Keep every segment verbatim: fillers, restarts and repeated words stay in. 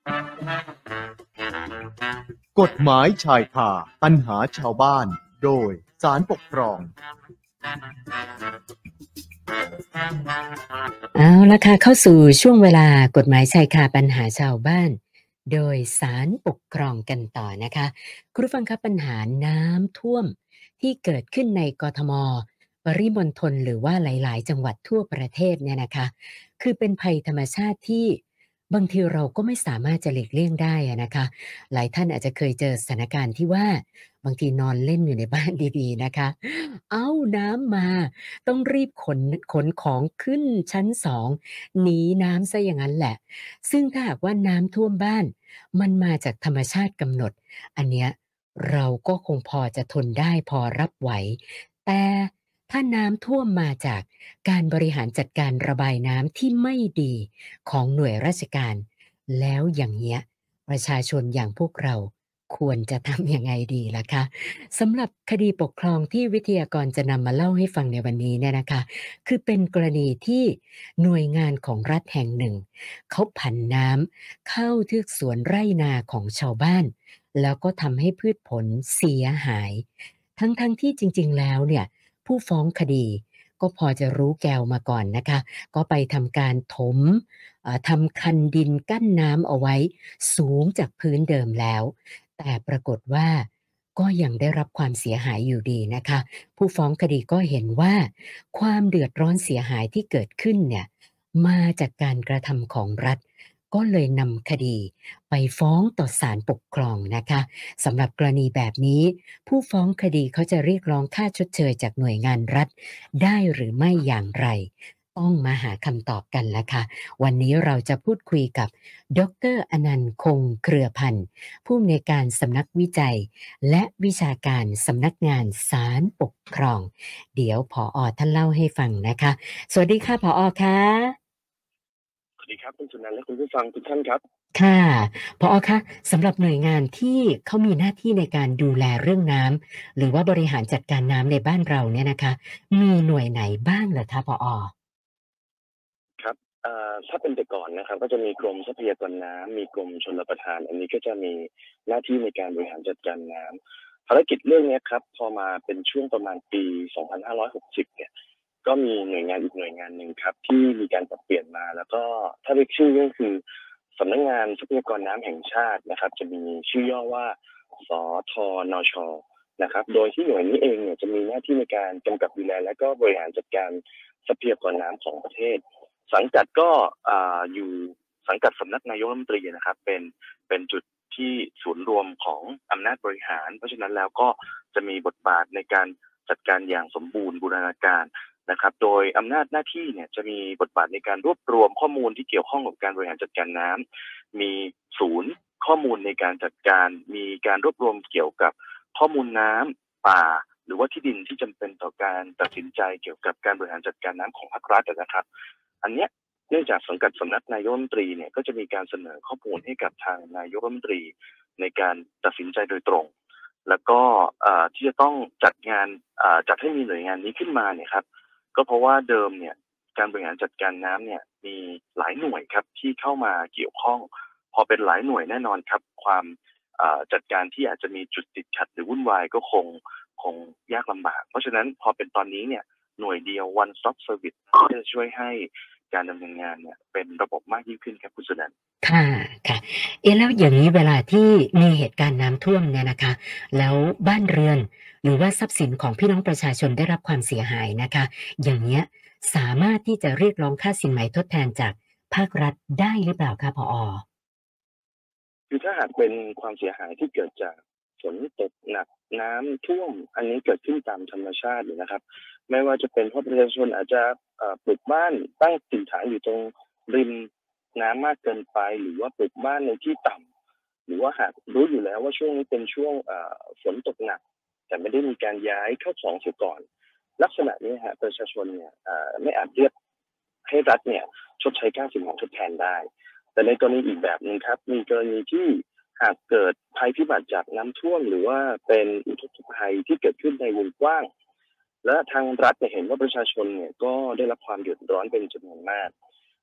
กฎหมายชายคาปัญหาชาวบ้านโดยศาลปกครองเอาละค่ะเข้าสู่ช่วงเวลากฎหมายชายคาปัญหาชาวบ้านโดยศาลปกครองกันต่อนะคะคุณผู้ฟังครับปัญหาน้ำท่วมที่เกิดขึ้นในกทมปริมณฑลหรือว่าหลายๆจังหวัดทั่วประเทศเนี่ยนะคะคือเป็นภัยธรรมชาติที่บางทีเราก็ไม่สามารถจะหลีกเลี่ยงได้อะนะคะหลายท่านอาจจะเคยเจอสถานการณ์ที่ว่าบางทีนอนเล่นอยู่ในบ้านดีๆนะคะอ้าวน้ำมาต้องรีบขนขนของขึ้นชั้นสองหนีน้ำเสียอย่างนั้นแหละซึ่งถ้าหากว่าน้ำท่วมบ้านมันมาจากธรรมชาติกำหนดอันเนี้ยเราก็คงพอจะทนได้พอรับไหวแต่ถ้าน้ำท่วมมาจากการบริหารจัดการระบายน้ำที่ไม่ดีของหน่วยราชการแล้วอย่างเงี้ยประชาชนอย่างพวกเราควรจะทำยังไงดีล่ะคะสำหรับคดีปกครองที่วิทยากรจะนำมาเล่าให้ฟังในวันนี้เนี่ยนะคะคือเป็นกรณีที่หน่วยงานของรัฐแห่งหนึ่งเขาผันน้ำเข้าเทือกสวนไร่นาของชาวบ้านแล้วก็ทำให้พืชผลเสียหายทั้งๆทที่จริงๆแล้วเนี่ยผู้ฟ้องคดีก็พอจะรู้แกวมาก่อนนะคะก็ไปทำการถมเอ่อทำคันดินกั้นน้ำเอาไว้สูงจากพื้นเดิมแล้วแต่ปรากฏว่าก็ยังได้รับความเสียหายอยู่ดีนะคะผู้ฟ้องคดีก็เห็นว่าความเดือดร้อนเสียหายที่เกิดขึ้นเนี่ยมาจากการกระทำของรัฐก็เลยนำคดีไปฟ้องต่อศาลปกครองนะคะสำหรับกรณีแบบนี้ผู้ฟ้องคดีเขาจะเรียกร้องค่าชดเชยจากหน่วยงานรัฐได้หรือไม่อย่างไรต้องมาหาคำตอบกันแล้วค่ะวันนี้เราจะพูดคุยกับดรอนันต์คงเครือพันธ์ผู้อำนวยการสำนักวิจัยและวิชาการสำนักงานศาลปกครองเดี๋ยวผอ.ท่านเล่าให้ฟังนะคะสวัสดีค่ะผอ.คะสวัสดีครับคุณสุนันท์และคุณผู้ฟังทุกท่านครับค่ะผอ.คะสำหรับหน่วยงานที่เขามีหน้าที่ในการดูแลเรื่องน้ำหรือว่าบริหารจัดการน้ำในบ้านเราเนี่ยนะคะมีหน่วยไหนบ้างเหรอคะผอ. ครับเอ่อถ้าเป็นแต่ก่อนนะครับก็จะมีกรมทรัพยากรน้ำมีกรมชลประทานอันนี้ก็จะมีหน้าที่ในการบริหารจัดการน้ำภารกิจเรื่องนี้ครับพอมาเป็นช่วงประมาณปีสองพันห้าร้อยหกสิบเนี่ยก็มีหน่วยงานอีกหน่วยงานหนึ่งครับที่มีการปรับเปลี่ยนมาแล้วก็ถ้าเรียกชื่อก็คือสำนักงานทรัพยากรน้ำแห่งชาตินะครับจะมีชื่อย่อว่าสทนชนะครับโดยที่หน่วยนี้เองเนี่ยจะมีหน้าที่ในการกำกับดูแลและก็บริหารจัดการทรัพยากรน้ำของประเทศสังกัดก็อ่าอยู่สังกัดสำนักนายกรัฐมนตรีนะครับเป็นเป็นจุดที่ศูนย์รวมของอำนาจบริหารเพราะฉะนั้นแล้วก็จะมีบทบาทในการจัดการอย่างสมบูรณ์บูรณาการนะครับโดยอำนาจหน้าที่เนี่ยจะมีบทบาทในการรวบรวมข้อมูลที่เกี่ยวข้องกับการบริหารจัดการน้ำมีศูนย์ข้อมูลในการจัดการมีการรวบรวมเกี่ยวกับข้อมูลน้ำป่าหรือว่าที่ดินที่จำเป็นต่อการตัดสินใจเกี่ยวกับการบริหารจัดการน้ำของภาครัฐนะครับอันเนี้ยเนื่องจากสังกัดสำนักนายกรัฐมนตรีเนี่ยก็จะมีการเสนอข้อมูลให้กับทางนายกรัฐมนตรีในการตัดสินใจโดยตรงแล้วก็ที่จะต้องจัดงานจัดให้มีหน่วยงานนี้ขึ้นมาเนี่ยครับก็เพราะว่าเดิมเนี่ยการบริหารจัดการน้ำเนี่ยมีหลายหน่วยครับที่เข้ามาเกี่ยวข้องพอเป็นหลายหน่วยแน่นอนครับความจัดการที่อาจจะมีจุดติดขัดหรือวุ่นวายก็คงคงยากลำบากเพราะฉะนั้นพอเป็นตอนนี้เนี่ยหน่วยเดียว one stop service จะช่วยให้การดำเนินงานเนี่ยเป็นระบบมากยิ่งขึ้นครับคุณสุนันท์ค่ะค่ะเอ๊ะแล้วอย่างนี้เวลาที่มีเหตุการณ์น้ำท่วมเนี่ยนะคะแล้วบ้านเรือนหรือว่าทรัพย์สินของพี่น้องประชาชนได้รับความเสียหายนะคะอย่างเงี้ยสามารถที่จะเรียกร้องค่าสินไหมทดแทนจากภาครัฐได้หรือเปล่าคะผอ. คือถ้าหากเป็นความเสียหายที่เกิดจากฝนตกหนักน้ำท่วมอันนี้เกิดขึ้นตามธรรมชาติอยู่นะครับไม่ว่าจะเป็นเพราะประชาชนอาจจะปลูกบ้านตั้งถิ่นฐานอยู่ตรงริมน้ำมากเกินไปหรือว่าปลูกบ้านในที่ต่ำหรือว่าหากรู้อยู่แล้วว่าช่วงนี้เป็นช่วงฝนตกหนักแต่ไม่ได้มีการย้ายเข้าของเสียก่อนลักษณะนี้ฮะประชาชนเนี่ยไม่อาจเรียกให้รัฐเนี่ยชดใช้ค่าสินไหมทดแทนได้แต่ในกรณีอีกแบบนึงครับมีกรณีที่หากเกิดภัยพิบัติจากน้ำท่วมหรือว่าเป็นอุทกภัยที่เกิดขึ้นในวงกว้างและทางรัฐเนี่ยเห็นว่าประชาชนเนี่ยก็ได้รับความเดือดร้อนเป็นจำนวนมาก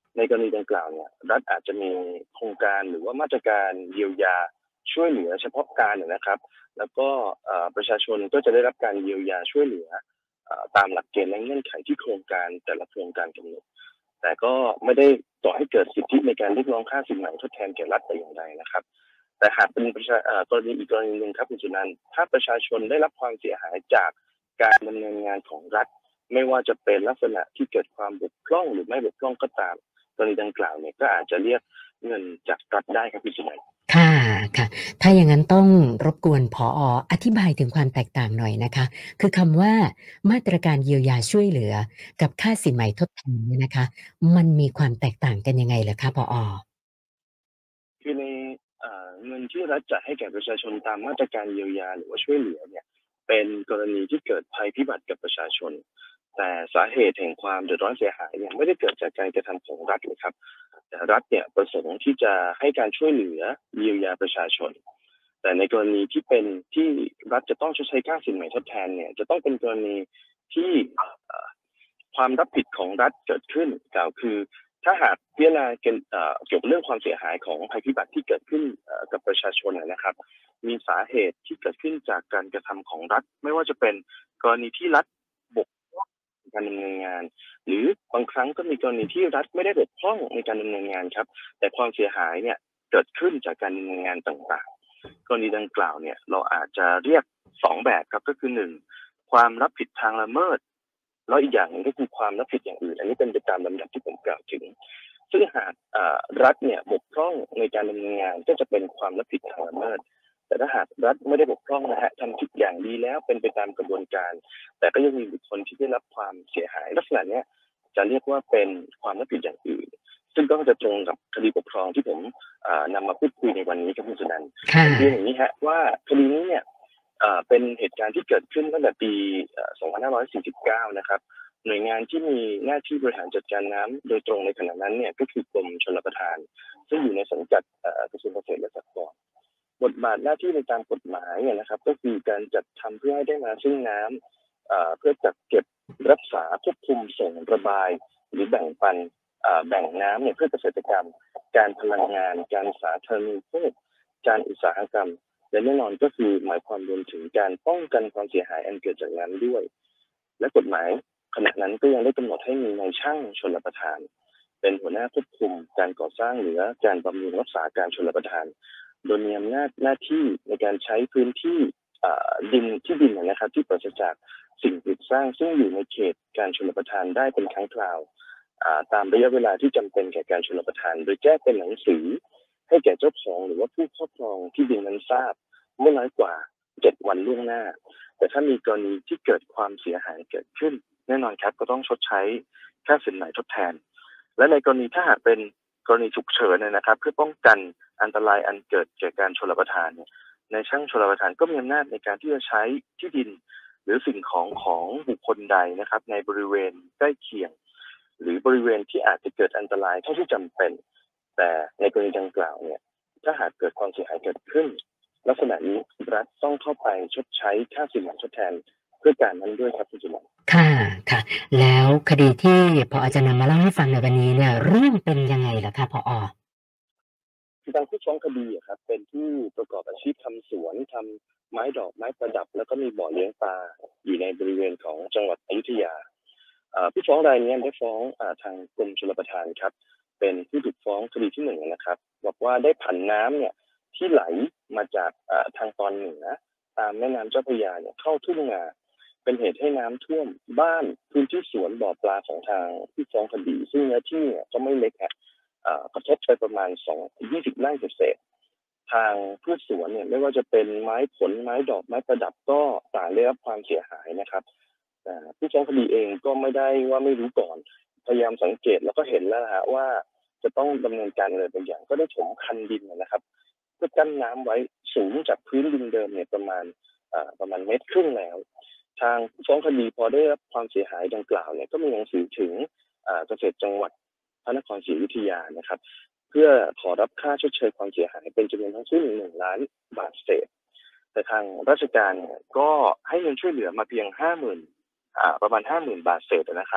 ในกรณีดังกล่าวเนี่ยรัฐอาจจะมีโครงการหรือว่ามาตรการเยียวยาช่วยเหลือเฉพาะการนะครับ แล้วก็ประชาชนก็จะได้รับการเยียวยาช่วยเหลือตามหลักเกณฑ์และเงื่อนไขที่โครงการแต่ละโครงการกำหนดแต่ก็ไม่ได้ก่อให้เกิดสิทธิในการเรียกร้องค่าสินไหมทดแทนแก่รัฐแต่อย่างใดนะครับแต่หากเป็นประชากรณีอีกกรณีหนึ่งครับคุณสุนันท์ถ้าประชาชนได้รับความเสียหายจากการดำเนินงานของรัฐไม่ว่าจะเป็นลักษณะที่เกิดความบกพร่องหรือไม่บกพร่องก็ตามกรณีดังกล่าวเนี่ยก็อาจจะเรียกเงินจากรัฐได้ครับพี่สุนันท์ค่ะค่ะถ้าอย่างนั้นต้องรบกวนผอ.อธิบายถึงความแตกต่างหน่อยนะคะคือคำว่ามาตรการเยียวยาช่วยเหลือกับค่าสินไหมทดแทนเนี่ยนะคะมันมีความแตกต่างกันยังไงเหรอคะผอ. คือในเงินที่รัฐจะให้แก่ประชาชนตามมาตรการเยียวยาหรือว่าช่วยเหลือเนี่ยเป็นกรณีที่เกิดภัยพิบัติกับประชาชนแต่สาเหตุแห่งความเดือดร้อนเสียหายเนี่ยไม่ได้เกิดจากการกระทำของรัฐเลยครับแต่รัฐเนี่ยประสงค์ที่จะให้การช่วยเหลือเยียวยาประชาชนแต่ในกรณีที่เป็นที่รัฐจะต้องชดใช้ค่าสินไหมทดแทนเนี่ยจะต้องเป็นกรณีที่ความรับผิดของรัฐเกิดขึ้นกล่าวคือถ้าหากพิจารณาเกี่ยวกับเรื่องความเสียหายของภัยพิบัติที่เกิดขึ้นกับประชาชนนะครับมีสาเหตุที่เกิดขึ้นจากการกระทำของรัฐไม่ว่าจะเป็นกรณีที่รัฐบกพร่องในการดำเนินงานหรือบางครั้งก็มีกรณีที่รัฐไม่ได้บกพร่องในการดำเนินงานครับแต่ความเสียหายเนี่ยเกิดขึ้นจากการดำเนินงานต่างๆกรณีดังกล่าวเนี่ยเราอาจจะเรียกสองแบบครับก็คือหนึ่งความรับผิดทางละเมิดแล้วอีกอย่างหนึ่งก็คือความรับผิดอย่างอื่นอันนี้เป็นไปตามลำดับที่ผมกล่าวถึงซึ่งหากรัฐเนี่ยบกพร่องในการดำเนินงานก็จะเป็นความรับผิดทางละเมิดแต่ถ้าหากรัฐไม่ได้บกพร่องนะฮะทำทุกอย่างดีแล้วเป็นไปตามกระบวนการแต่ก็ยังมีบุคคลที่ได้รับความเสียหายลักษณะนี้จะเรียกว่าเป็นความรับผิดอย่างอื่นซึ่งก็จะตรงกับคดีปกครองที่ผมนำมาพูดคุยในวันนี้ครับคุณสุนันท์ผมเรียนอย่างนี้ฮะว่าคดีนี้เนี่ยเป็นเหตุการณ์ที่เกิดขึ้นตั้งแต่ปี สองพันห้าร้อยสี่สิบเก้า นะครับหน่วยงานที่มีหน้าที่บริหารจัดการน้ำโดยตรงในขณะนั้นเนี่ยก็คือกรมชลประทานซึ่งอยู่ในสังกัดกระทรวงเกษตรและสหกรณ์บทบาทหน้าที่ในตามกฎหมายเนี่ยนะครับก็คือการจัดทำเพื่อให้ได้มาซึ่งน้ำเพื่อจัดเก็บรักษาควบคุมส่งระบายหรือแบ่งปันแบ่งน้ำเนี่ยเพื่อเกษตรกรรมการพลังงานการสาธารณูปโภคการอุตสาหกรรมและแน่นอนก็คือหมายความรวมถึงการป้องกันความเสียหายอันเกิดจากน้ำด้วยและกฎหมายขณะนั้นก็ยังได้กำหนดให้มีนายช่างชลประทานเป็นหัวหน้าควบคุมการก่อสร้างหรือการบำรุงรักษาการชลประทานโดยมีอำนาจหน้าที่ในการใช้พื้นที่ดินที่ดินนะครับที่ปราศจากสิ่งปลูกสร้างซึ่งอยู่ในเขตการชลประทานได้เป็นครั้งคราวตามระยะเวลาที่จำเป็นแก่การชลประทานโดยแจ้งเป็นหนังสือให้แก่เจ้าของหรือว่าผู้ครอบครองที่ดินนั้นทราบเมื่อน้อยกว่าเจ็ดวันล่วงหน้าแต่ถ้ามีกรณีที่เกิดความเสียหายเกิดขึ้นแน่นอนครับก็ต้องชดใช้ค่าสินไหมทดแทนและในกรณีถ้าหากเป็นกรณีฉุกเฉินนะครับเพื่อป้องกันอันตรายอันเกิดแก่การชลประทานเนี่ยในช่างชลประทานก็มีอำนาจในการที่จะใช้ที่ดินหรือสิ่งของของบุคคลใดนะครับในบริเวณใกล้เคียงหรือบริเวณที่อาจจะเกิดอันตรายเท่าที่จำเป็นแต่ในกรณีดังกล่าวเนี่ยถ้าหากเกิดความเสียหายเกิดขึ้นลักษณะนี้รัฐต้องเข้าไปชดใช้ค่าสินไหมทดแทนเพื่อการนั้นด้วยครับคุณจุลค่ะค่ะแล้วคดีที่ผอ.จะนำมาเล่าให้ฟังในวันนี้เนี่ยเรื่องเป็นยังไงล่ะคะผอ. ทางผู้ฟ้องคดีครับเป็นผู้ประกอบอาชีพทำสวนทำไม้ดอกไม้ประดับแล้วก็มีบ่อเลี้ยงปลาอยู่ในบริเวณของจังหวัดอยุธยาผู้ฟ้องรายนี้ได้ฟ้องทางกรมชลประทานครับเป็นผู้ถูกฟ้องคดีที่หนึ่งนะครับบอกว่าได้ผันน้ำเนี่ยที่ไหลมาจากทางตอนเหนือตามแม่น้ำเจ้าพระยาเนี่ยเข้าทุ่งนาเป็นเหตุให้น้ำท่วมบ้านพื้นที่สวนบ่อปลาของทางผู้ฟ้องคดีซึ่งเนื้อที่เนี่ยก็ไม่เล็กครับกระทบไปประมาณสองยี่สิบไร่เศษทางพืชสวนเนี่ยไม่ว่าจะเป็นไม้ผลไม้ดอกไม้ประดับก็ต่างได้รับความเสียหายนะครับผู้ฟ้องคดีเองก็ไม่ได้ว่าไม่รู้ก่อนพยายามสังเกตแล้วก็เห็นแล้วฮะว่าจะต้องดำเนินการอะไรบางอย่างก็ได้ถมคันดินนะครับเพื่อกั้นน้ำไว้สูงจากพื้นดินเดิมเนี่ยประมาณประมาณเมตรครึ่งแล้วทางผู้ฟ้องคดีพอได้รับความเสียหายดังกล่าวเนี่ยก็มีหนังสือถึงเกษตรจังหวัดพระนครศรีอยุธยานะครับเพื่อขอรับค่าชดเชยความเสียหายเป็นจำนวนทั้งสิ้นหนึ่งล้านบาทเศษแต่ทางราชการเนี่ยก็ให้เงินช่วยเหลือมาเพียงห้าหมื่นประมาณห้าหมื่นบาทเศษนะครับ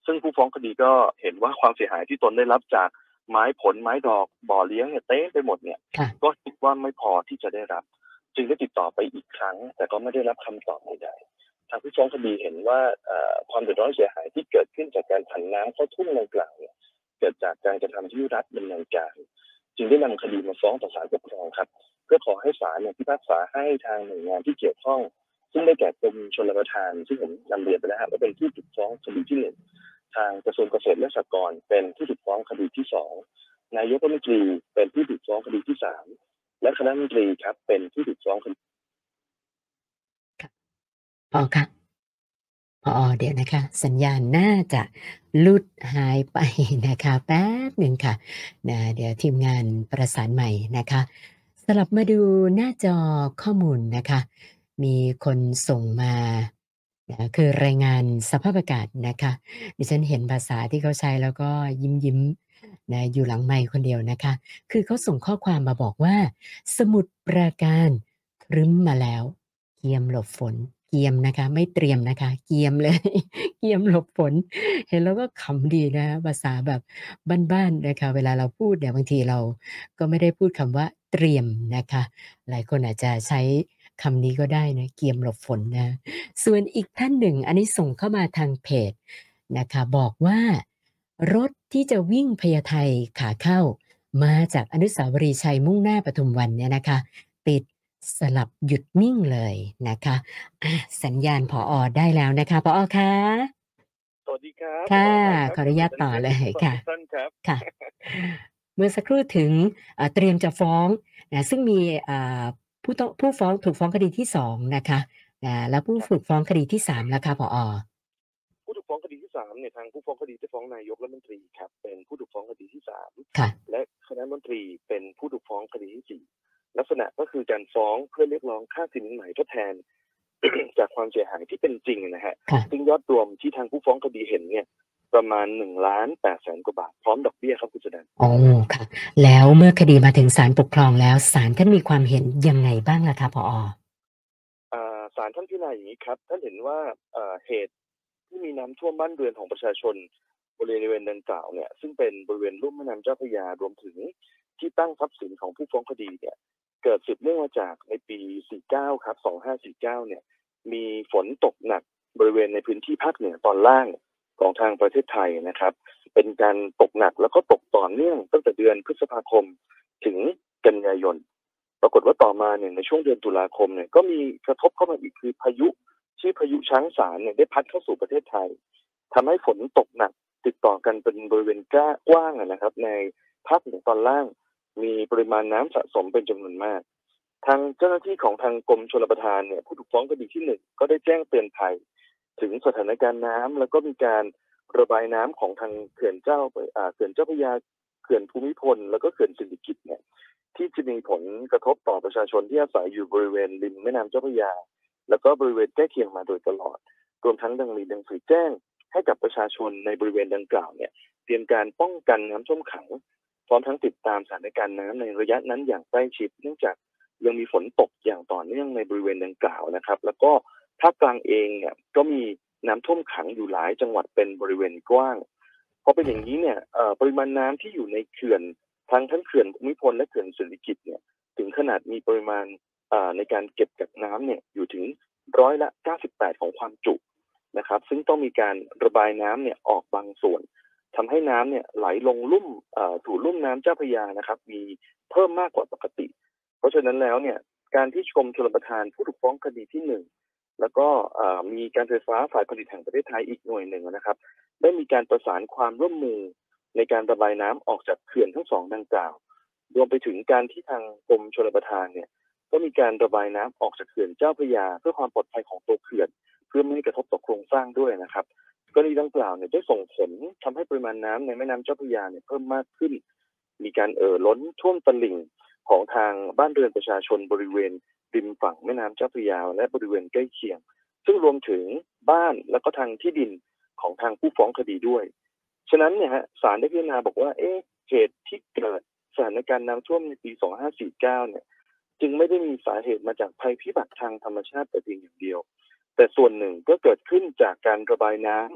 ซึ่งผู้ฟ้องคดีก็เห็นว่าความเสียหายที่ตนได้รับจากไม้ผลไม้ดอกบ่อเลี้ยงเนี่ยเต็มไปหมดเนี่ยค่ะก็คิดว่าไม่พอที่จะได้รับ จึงได้ติดต่อไปอีกครั้ง แต่ก็ไม่ได้รับคำตอบใดๆทางผู้ฟ้องคดีเห็นว่าเอ่อความเดือดร้อนเสียหายที่เกิดขึ้นจากการผันน้ำเข้าทุ่งดังกล่าวเนี่ยเกิดจากการกระทำที่รัฐดำเนินการ จึงได้นำคดีมาฟ้องต่อศาลปกครองครับ เพื่อขอให้ศาลเนี่ยพิพากษาให้ทางหน่วยงานที่เกี่ยวข้อง ซึ่งได้แก่กรมชลประทานซึ่งผมนำเรียนไปแล้วครับว่าเป็นผู้ถูกฟ้องคดีที่หนึ่งทางกระทรวงเกษตรและสหกรณ์เป็นผู้ถูกฟ้องคดีที่สองนายกรัฐมนตรีเป็นผู้ถูกฟ้องคดีที่สามและคณะรัฐมนตรีครับเป็นผู้ถูกฟ้องคดีพอค่ะผอเดี๋ยวนะคะ สัญญาณน่าจะหลุดหายไปนะคะ แป๊บหนึ่งค่ะนะเดี๋ยวทีมงานประสานใหม่นะคะสลับมาดูหน้าจอข้อมูลนะคะ มีคนส่งมานะคือรายงานสภาพอากาศนะคะ ดิฉันเห็นภาษาที่เขาใช้แล้วก็ยิ้มๆนะอยู่หลังไมค์คนเดียวนะคะ คือเขาส่งข้อความมาบอกว่า สมุทรปราการครึ้มมาแล้ว เกียมหลบฝน เกียมนะคะ ไม่เตรียมนะคะ เกียมเลย เกียมหลบฝน เห็นแล้วก็ขำดีนะคะภาษาแบบบ้านๆนะคะ เวลาเราพูดเนี่ยบางทีเราก็ไม่ได้พูดคำว่าเตรียมนะคะ หลายคนอาจจะใช้คำนี้ก็ได้นะ เกียมหลบฝนนะ ส่วนอีกท่านหนึ่ง อันนี้ส่งเข้ามาทางเพจนะคะ บอกว่า รถที่จะวิ่งพญาไทขาเข้า มาจากอนุสาวรีย์ชัยมุ่งหน้าปทุมวันเนี่ยนะคะ ติดสลับหยุดนิ่งเลยนะคะอ่ะสัญญาณผอได้แล้วนะคะผอคะสวัสดีครับค่ะคุณออยครับขออนุญาตต่อเลยสวัสดีค่ะทุกท่านครับค่ะ เมื่อสักครู่ถึงเอ่อเตรียมจะฟ้องนะซึ่งมีอ่าผู้ต้องผู้ฟ้องถูกฟ้องคดีที่สองนะคะอ่าแล้วผู้ถูกฟ้องคดีที่สามล่ะคะผอผู้ถูกฟ้องคดีที่สามเนี่ยทางผู้ฟ้องคดีได้ฟ้องนายกรัฐมนตรีครับเป็นผู้ถูกฟ้องคดีที่สามค่ะและคณะรัฐมนตรีเป็นผู้ถูกฟ้องคดีที่สี่ลักษณะก็คือการฟ้องเพื่อเรียกร้องค่าสินไหมทดแทน จากความเสียหายที่เป็นจริงนะฮะค่ะซึ่งยอดรวมที่ทางผู้ฟ้องคดีเห็นเนี่ยประมาณหนึ่งล้านแปดแสนกว่าบาทพร้อมดอกเบี้ยครับคุณสุนันท์อ๋อค่ะ แล้วเมื่อคดีมาถึงศาลปกครองแล้วศาลท่านมีความเห็นยังไงบ้างล่ะคะผออ่าศาลท่านพิจารณาอย่างนี้ครับท่านเห็นว่าเอ่อเหตุที่มีน้ำท่วมบ้านเรือนของประชาชนบริเวณดังกล่าวเนี่ยซึ่งเป็นบริเวณลุ่มแม่น้ำเจ้าพระยารวมถึงที่ตั้งทรัพย์สินของผู้ฟ้องคดีเนี่ยเกิดสืบเนื่องมาจากในปี สี่สิบเก้า ครับ สองพันห้าร้อยสี่สิบเก้า เนี่ยมีฝนตกหนักบริเวณในพื้นที่ภาคเหนือตอนล่างของทางประเทศไทยนะครับ เป็นการตกหนักแล้วก็ตกต่อเนื่องตั้งแต่เดือนพฤษภาคมถึงกันยายน ปรากฏว่าต่อมาเนี่ยในช่วงเดือนตุลาคมเนี่ยก็มีกระทบเข้ามาอีกคือพายุที่พายุช้างสารเนี่ยได้พัดเข้าสู่ประเทศไทยทำให้ฝนตกหนักติดต่อกันเป็นบริเวณกว้างนะครับในภาคเหนือตอนล่างมีปริมาณน้ำสะสมเป็นจำนวนมากทางเจ้าหน้าที่ของทางกรมชลประทานเนี่ยผู้ถูกฟ้องคดีที่หนึ่งก็ได้แจ้งเตือนภัยถึงสถานการณ์น้ำแล้วก็มีการระบายน้ำของทางเขื่อนเจ้าอ่าเขื่อนเจ้าพระยาเขื่อนภูมิพลแล้วก็เขื่อนสิริกิติ์เนี่ยที่จะมีผลกระทบต่อประชาชนที่อาศัยอยู่บริเวณริมแม่น้ำเจ้าพระยาแล้วก็บริเวณใกล้เคียงมาโดยตลอดรวมทั้งดังมีหนังสือแจ้งให้กับประชาชนในบริเวณดังกล่าวเนี่ยเตรียมการป้องกันน้ำท่วมขังพร้อมทั้งติดตามสถานการณ์น้ำในระยะนั้นอย่างใกล้ชิดเนื่องจากยังมีฝนตกอย่างต่อเนื่องในบริเวณดังกล่าวนะครับแล้วก็ภาคกลางเองเนี่ยก็มีน้ำท่วมขังอยู่หลายจังหวัดเป็นบริเวณกว้างพอเป็นอย่างนี้เนี่ยปริมาณน้ำที่อยู่ในเขื่อนทั้งทั้งเขื่อนภูมิพลและเขื่อนสิริกิติ์เนี่ยถึงขนาดมีปริมาณในการเก็บกักน้ำเนี่ยอยู่ถึงร้อยละเก้าสิบแปดของความจุนะครับซึ่งต้องมีการระบายน้ำเนี่ยออกบางส่วนทำให้น้ำเนี่ยไหลลงลุ่มสู่ลุ่มน้ำเจ้าพระยานะครับมีเพิ่มมากกว่าปกติเพราะฉะนั้นแล้วเนี่ยการที่กรมชลประทานผู้ถูกฟ้องคดีที่หนึ่งแล้วก็มีการไฟฟ้าฝ่ายผลิตแห่งประเทศไทยอีกหน่วยหนึ่งนะครับได้มีการประสานความร่วมมือในการระบายน้ำออกจากเขื่อนทั้งสองดังกล่าวรวมไปถึงการที่ทางกรมชลประทานเนี่ยก็มีการระบายน้ำออกจากเขื่อนเจ้าพระยาเพื่อความปลอดภัยของตัวเขื่อนเพื่อไม่ให้กระทบต่อโครงสร้างด้วยนะครับกรณีดังกล่าวเนี่ยได้ส่งผลทำให้ปริมาณน้ำในแม่น้ำเจ้าพระยาเนี่ยเพิ่มมากขึ้นมีการเอ่อล้นท่วมตลิ่งของทางบ้านเรือนประชาชนบริเวณริมฝั่งแม่น้ำเจ้าพระยาและบริเวณใกล้เคียงซึ่งรวมถึงบ้านแล้วก็ทางที่ดินของทางผู้ฟ้องคดีด้วยฉะนั้นเนี่ยฮะศาลได้พิจารณาบอกว่าเอ๊ะเหตุที่เกิดสถานการณ์น้ำท่วมในปีสองพันห้าร้อยสี่สิบเก้าเนี่ยจึงไม่ได้มีสาเหตุมาจากภัยพิบัติทางธรรมชาติแต่เพียงอย่างเดียวแต่ส่วนหนึ่งก็เกิดขึ้นจากการระบายน้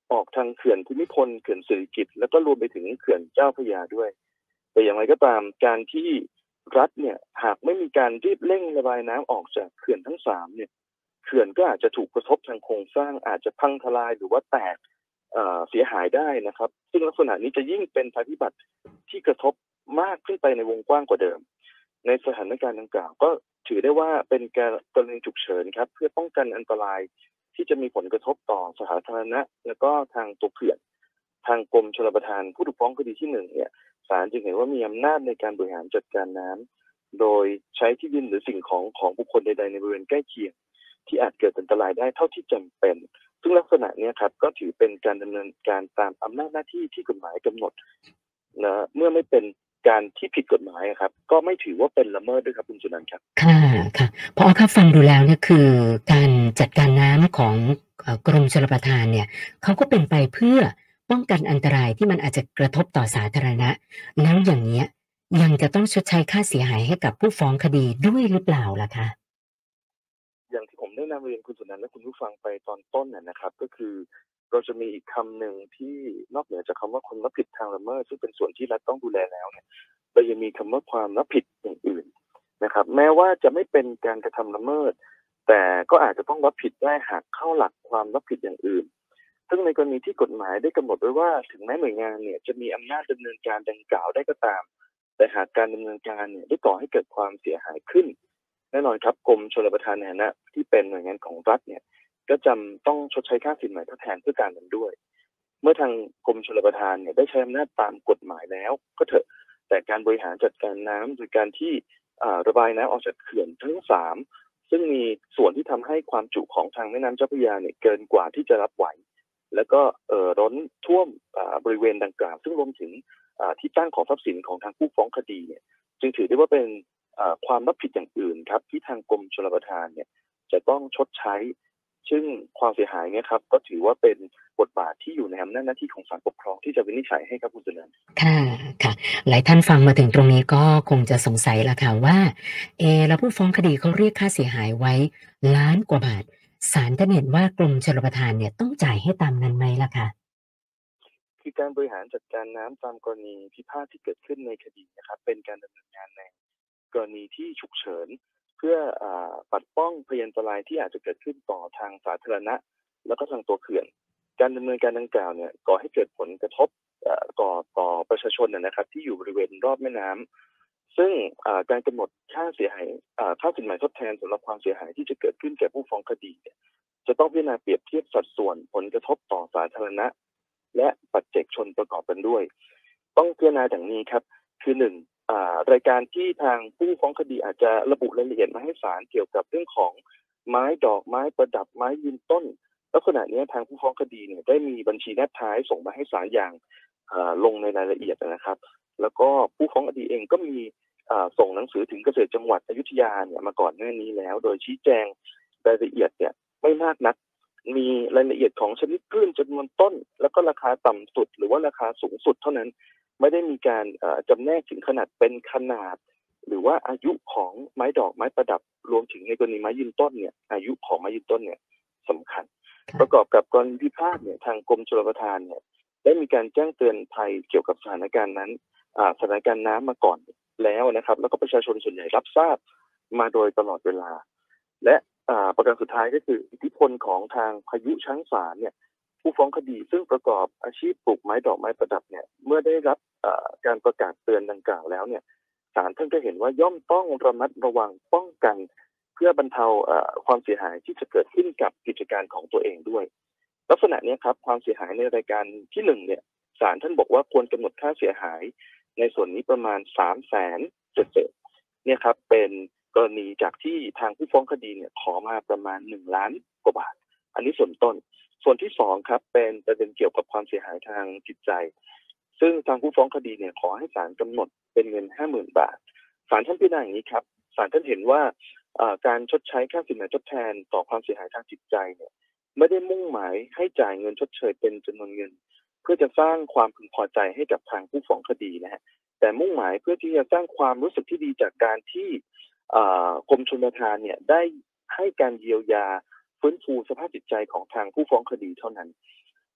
ออกทางเขื่อนภูมิพลเขื่อนสิริกิติ์แล้วก็รวมไปถึงเขื่อนเจ้าพระยาด้วยแต่อย่างไรก็ตามการที่รัฐเนี่ยหากไม่มีการรีบเร่งระบายน้ำออกจากเขื่อนทั้งสามเนี่ยเขื่อนก็อาจจะถูกกระทบทางโครงสร้างอาจจะพังทลายหรือว่าแตกเอ่อเสียหายได้นะครับซึ่งลักษณะนี้จะยิ่งเป็นภัยพิบัติที่กระทบมากขึ้นไปในวงกว้างกว่าเดิมในสถานการณ์ดังกล่าวก็ถือได้ว่าเป็นการกรณีฉุกเฉินครับเพื่อป้องกันอันตรายที่จะมีผลกระทบต่อสาธารณะและก็ทางตัวเขื่อนทางกรมชลประทานผู้ถูกฟ้องคดีที่หนึ่งเนี่ยศาลจึงเห็นว่ามีอำนาจในการบริหารจัดการน้ำโดยใช้ที่ดินหรือสิ่งของของบุคคลใดๆในบริเวณใกล้เคียงที่อาจเกิดอันตรายได้เท่าที่จำเป็นซึ่งลักษณะนี้ครับก็ถือเป็นการดำเนินการตามอำนาจหน้าที่ที่กฎหมายกำหนดนะเมื่อไม่เป็นการที่ผิดกฎหมายครับก็ไม่ถือว่าเป็นละเมิดด้วยครับคุณสุนันท์ครับค่ะค่ะพอครับฟังดูแล้วเนี่ยคือการจัดการน้ำของเอ่อกรมชลประทานเนี่ยเขาก็เป็นไปเพื่อป้องกันอันตรายที่มันอาจจะกระทบต่อสาธารณะแล้วอย่างเนี้ยยังจะต้องชดใช้ค่าเสียหายให้กับผู้ฟ้องคดีด้วยหรือเปล่าล่ะคะอย่างที่ผมได้นำเรียนคุณสุนันท์และคุณผู้ฟังไปตอนต้นน่ะนะครับก็คือเราจะมีอีกคำหนึ่งที่นอกเหนือจากคำว่าความรับผิดทางละเมิดซึ่งเป็นส่วนที่รัฐต้องดูแลแล้วเนี่ยเรายังมีคำว่าความรับผิดอย่างอื่นนะครับแม้ว่าจะไม่เป็นการกระทำละเมิดแต่ก็อาจจะต้องรับผิดได้หากเข้าหลักความรับผิดอย่างอื่นซึ่งในกรณีที่กฎหมายได้กำหนดไว้ว่าถึงแม้หน่วยงานเนี่ยจะมีอำนาจดำเนินการดังกล่าวได้ก็ตามแต่หากการดำเนินการเนี่ยได้ก่อให้เกิดความเสียหายขึ้นแน่นอนครับกรมชลประทานในฐานะที่เป็นหน่วยงานของรัฐเนี่ยก็จำต้องชดใช้ค่าสินไหมทดแทนเพื่อการนั้นด้วยเมื่อทางกรมชลประทานเนี่ยได้ใช้อำนาจตามกฎหมายแล้วก็เถอะแต่การบริหารจัดการน้ำโดยการที่ระบายน้ำออกจากเขื่อนทั้งสามซึ่งมีส่วนที่ทำให้ความจุของทางแม่น้ำเจ้าพระยาเนี่ยเกินกว่าที่จะรับไหวแล้วก็เอ่อล้นท่วมบริเวณดังกล่าวซึ่งรวมถึงที่ตั้งของทรัพย์สินของทางผู้ฟ้องคดีเนี่ยจึงถือได้ว่าเป็นความรับผิดอย่างอื่นครับที่ทางกรมชลประทานเนี่ยจะต้องชดใช้ซึ่งความเสียหายเนี่ยครับก็ถือว่าเป็นบทบาทที่อยู่ในอำนาจหน้าที่ของศาลปกครองที่จะวินิจฉัยให้ครับคุณสุนันท์ค่ะค่ะหลายท่านฟังมาถึงตรงนี้ก็คงจะสงสัยละค่ะว่าเอแล้วผู้ฟ้องคดีเขาเรียกค่าเสียหายไว้ล้านกว่าบาทศาลท่านเห็นว่ากรมชลประทานเนี่ยต้องจ่ายให้ตามนั้นไหมล่ะคะคือการบริหารจัดการน้ำตามกรณีพิพาทที่เกิดขึ้นในคดีนะครับเป็นการดำเนินงานในกรณีที่ฉุกเฉินเพื่ออปัดป้องพยันตรายที่อาจจะเกิดขึ้นต่อทางสาธารณะแล้วก็ทางตัวเขื่อนการดำเนินการดังกล่าวเนี่ยก่อให้เกิดผลกระทบต่อต่อประชาชนนะครับที่อยู่บริเวณรอบแม่น้ำซึ่งการกำหนดค่าเสียหายค่าสินไหมทดแทนสำหรับความเสียหายที่จะเกิดขึ้นแก่ผู้ฟ้องคดีเนี่ยจะต้องพิจารณาเปรียบเทียบสัดส่วนผลกระทบต่อสาธารณะและปัจเจกชนประกอบกันด้วยต้องพิจารณาอย่างนี้ครับคือหนึ่งรายการที่ทางผู้ฟ้องคดีอาจจะระบุรายละเอียดมาให้ศาลเกี่ยวกับเรื่องของไม้ดอกไม้ประดับไม้ยืนต้นลักษณะนี้ทางผู้ฟ้องคดีเนี่ยได้มีบัญชีแนบท้ายส่งมาให้ศาลอย่างลงในรายละเอียดนะครับแล้วก็ผู้ฟ้องคดีเองก็มีส่งหนังสือถึงเกษตรจังหวัดอยุธยาเนี่ยมาก่อนหน้านี้แล้วโดยชี้แจงรายละเอียดเนี่ยไม่มากนักมีรายละเอียดของชนิดพืชจำนวนต้นแล้วก็ราคาต่ำสุดหรือว่าราคาสูงสุดเท่านั้นไม่ได้มีการจำแนกถึงขนาดเป็นขนาดหรือว่าอายุของไม้ดอกไม้ประดับรวมถึงในกรณีไม้ยืนต้นเนี่ยอายุของไม้ยืนต้นเนี่ยสำคัญประกอบกับกรณีพิพาทเนี่ยทางกรมชลประทานเนี่ยได้มีการแจ้งเตือนภัยเกี่ยวกับสถานการณ์นั้นสถานการณ์น้ำมาก่อนแล้วนะครับแล้วก็ประชาชนส่วนใหญ่รับทราบมาโดยตลอดเวลาและประการสุดท้ายก็คืออิทธิพลของทางพายุช้างสารเนี่ยผู้ฟ้องคดีซึ่งประกอบอาชีพปลูกไม้ดอกไม้ประดับเนี่ยเมื่อได้รับการประกาศเตือนดังกล่าวแล้วเนี่ยศาลท่านก็เห็นว่าย่อมต้องระมัดระวังป้องกันเพื่อบรรเทาความเสียหายที่จะเกิดขึ้นกับกิจการของตัวเองด้วยลักษณะนี้ครับความเสียหายในรายการที่หนึ่งเนี่ยศาลท่านบอกว่าควรกำหนดค่าเสียหายในส่วนนี้ประมาณสามแสนเจ็ดเจ็ดเนี่ยครับเป็นกรณีจากที่ทางผู้ฟ้องคดีเนี่ยขอมาประมาณหนึ่งล้านกว่าบาทอันนี้ส่วนต้นส่วนที่สองครับเป็นประเด็นเกี่ยวกับความเสียหายทางจิตใจซึ่งทางผู้ฟ้องคดีเนี่ยขอให้ศาลกำหนดเป็นเงิน ห้าหมื่น บาทศาลท่านพิจารณาอย่างนี้ครับศาลท่านเห็นว่าการชดใช้ค่าสินไหมทดแทนต่อความเสียหายทางจิตใจเนี่ยไม่ได้มุ่งหมายให้จ่ายเงินชดเชยเป็นจำนวนเงินเพื่อจะสร้างความพึงพอใจให้กับทางผู้ฟ้องคดีนะฮะแต่มุ่งหมายเพื่อที่จะสร้างความรู้สึกที่ดีจากการที่กรมชลประทานเนี่ยได้ให้การเยียวยาฟื้นฟูสภาพจิตใจของทางผู้ฟ้องคดีเท่านั้น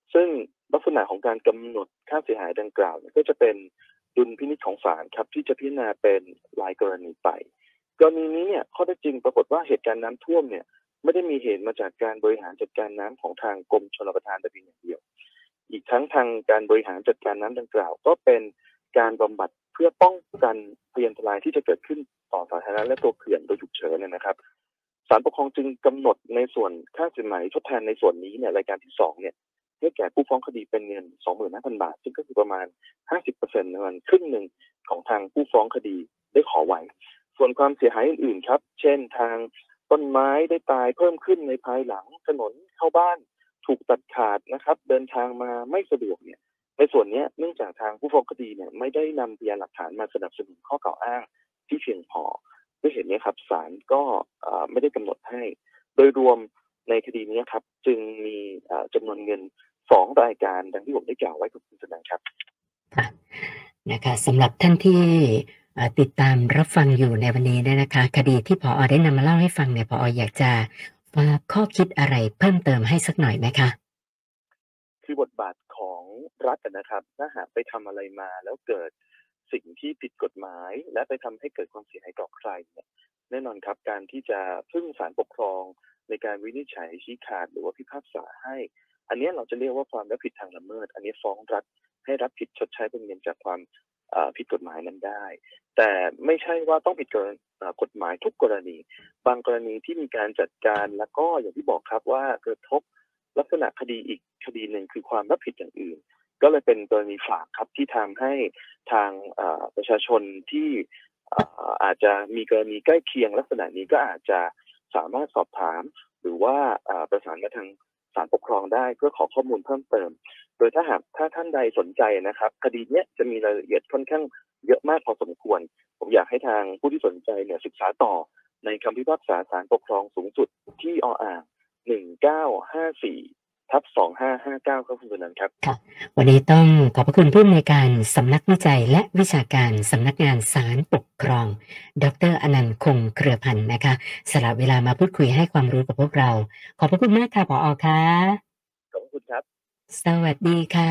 ซึ่งลักษณะของการกำหนดค่าเสียหายดังกล่าวเนี่ยก็จะเป็นดุลพินิจของศาลครับที่จะพิจารณาเป็นรายกรณีไปกรณีนี้เนี่ยข้อเท็จจริงปรากฏว่าเหตุการณ์น้ำท่วมเนี่ยไม่ได้มีเหตุมาจากการบริหารจัดการน้ำของทางกรมชลประทานแต่เพียงอย่างเดียวอีกทั้งทางการบริหารจัดการน้ำดังกล่าวก็เป็นการบำบัดเพื่อป้องกันพยันตรายที่จะเกิดขึ้นต่อสาธารณะและตัวเขื่อนโดยฉุกเฉินเนี่ยนะครับศาลปกครองจึงกำหนดในส่วนค่าสินไหมทดแทนในส่วนนี้เนี่ยรายการที่สองเนี่ยให้แก่ผู้ฟ้องคดีเป็นเงิน สองหมื่นห้าพัน บาทซึ่งก็คือประมาณ ห้าสิบเปอร์เซ็นต์ ประมาณครึ่งหนึ่งของทางผู้ฟ้องคดีได้ขอไว้ส่วนความเสียหายอื่นๆครับเช่นทางต้นไม้ได้ตายเพิ่มขึ้นในภายหลังถนนเข้าบ้านถูกตัดขาดนะครับเดินทางมาไม่สะดวกเนี่ยในส่วนนี้เนื่องจากทางผู้ฟ้องคดีเนี่ยไม่ได้นำพยานหลักฐานมาสนับสนุนข้อกล่าวอ้างที่เพียงพอด้วยเหตุนี้ครับศาลก็ไม่ได้กำหนดให้โดยรวมในคดีนี้ครับจึงมีจำนวนเงินสองรายการดังที่ผมได้กล่าวไว้กับคุณสนันครับค่ะนะคะสำหรับท่านที่ติดตามรับฟังอยู่ในวันนี้เนี่ยนะคะคดีที่ผอ.ได้นำมาเล่าให้ฟังเนี่ยผอ.อยากจะฝากข้อคิดอะไรเพิ่มเติมให้สักหน่อยไหมคะคือบทบาทของรัฐนะครับถ้าหากไปทำอะไรมาแล้วเกิดสิ่งที่ผิดกฎหมายและไปทำให้เกิดความเสียหายต่อใครเนี่ยแน่นอนครับการที่จะพึ่งศาลปกครองในการวินิจฉัยชี้ขาดหรือว่าพิพากษาให้อันนี้เราจะเรียกว่าความรับผิดทางละเมิดอันนี้ฟ้องรัฐให้รับผิดชดใช้เป็นเงินจากความผิดกฎหมายนั้นได้แต่ไม่ใช่ว่าต้องผิดกฎหมายทุกกรณีบางกรณีที่มีการจัดการแล้วก็อย่างที่บอกครับว่ากระทบลักษณะคดีอีกคดีหนึ่งคือความรับผิดอย่างอื่นก็เลยเป็นกรณีฝากครับที่ทำให้ทางประชาชนที่อาจจะมีกรณีใกล้เคียงลักษณะนี้ก็อาจจะสามารถสอบถามหรือว่าประสานมาทางศาลปกครองได้เพื่อขอข้อมูลเพิ่มเติมโดยถ้าหากถ้าท่านใดสนใจนะครับคดีนี้จะมีรายละเอียดค่อนข้างเยอะมากพอสมควรผมอยากให้ทางผู้ที่สนใจเนี่ยศึกษาต่อในคำพิพากษาศาลปกครองสูงสุดที่ออ่างหนึ่งเก้าห้าสี่ทับสองห้าห้าเก้าครับคุณสุนันท์ครับค่ะวันนี้ต้องขอบพระคุณผู้อำนวยการสำนักวิจัยและวิชาการสำนักงานศาลปกครองดร.อนันต์คงเครือพันธ์นะคะสละเวลามาพูดคุยให้ความรู้กับพวกเราขอบพระคุณมากค่ะผอ.ค่ะขอบคุณครับสวัสดีค่ะ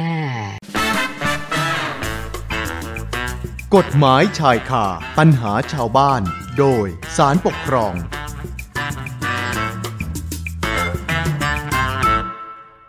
กฎหมายชายคาปัญหาชาวบ้านโดยศาลปกครอง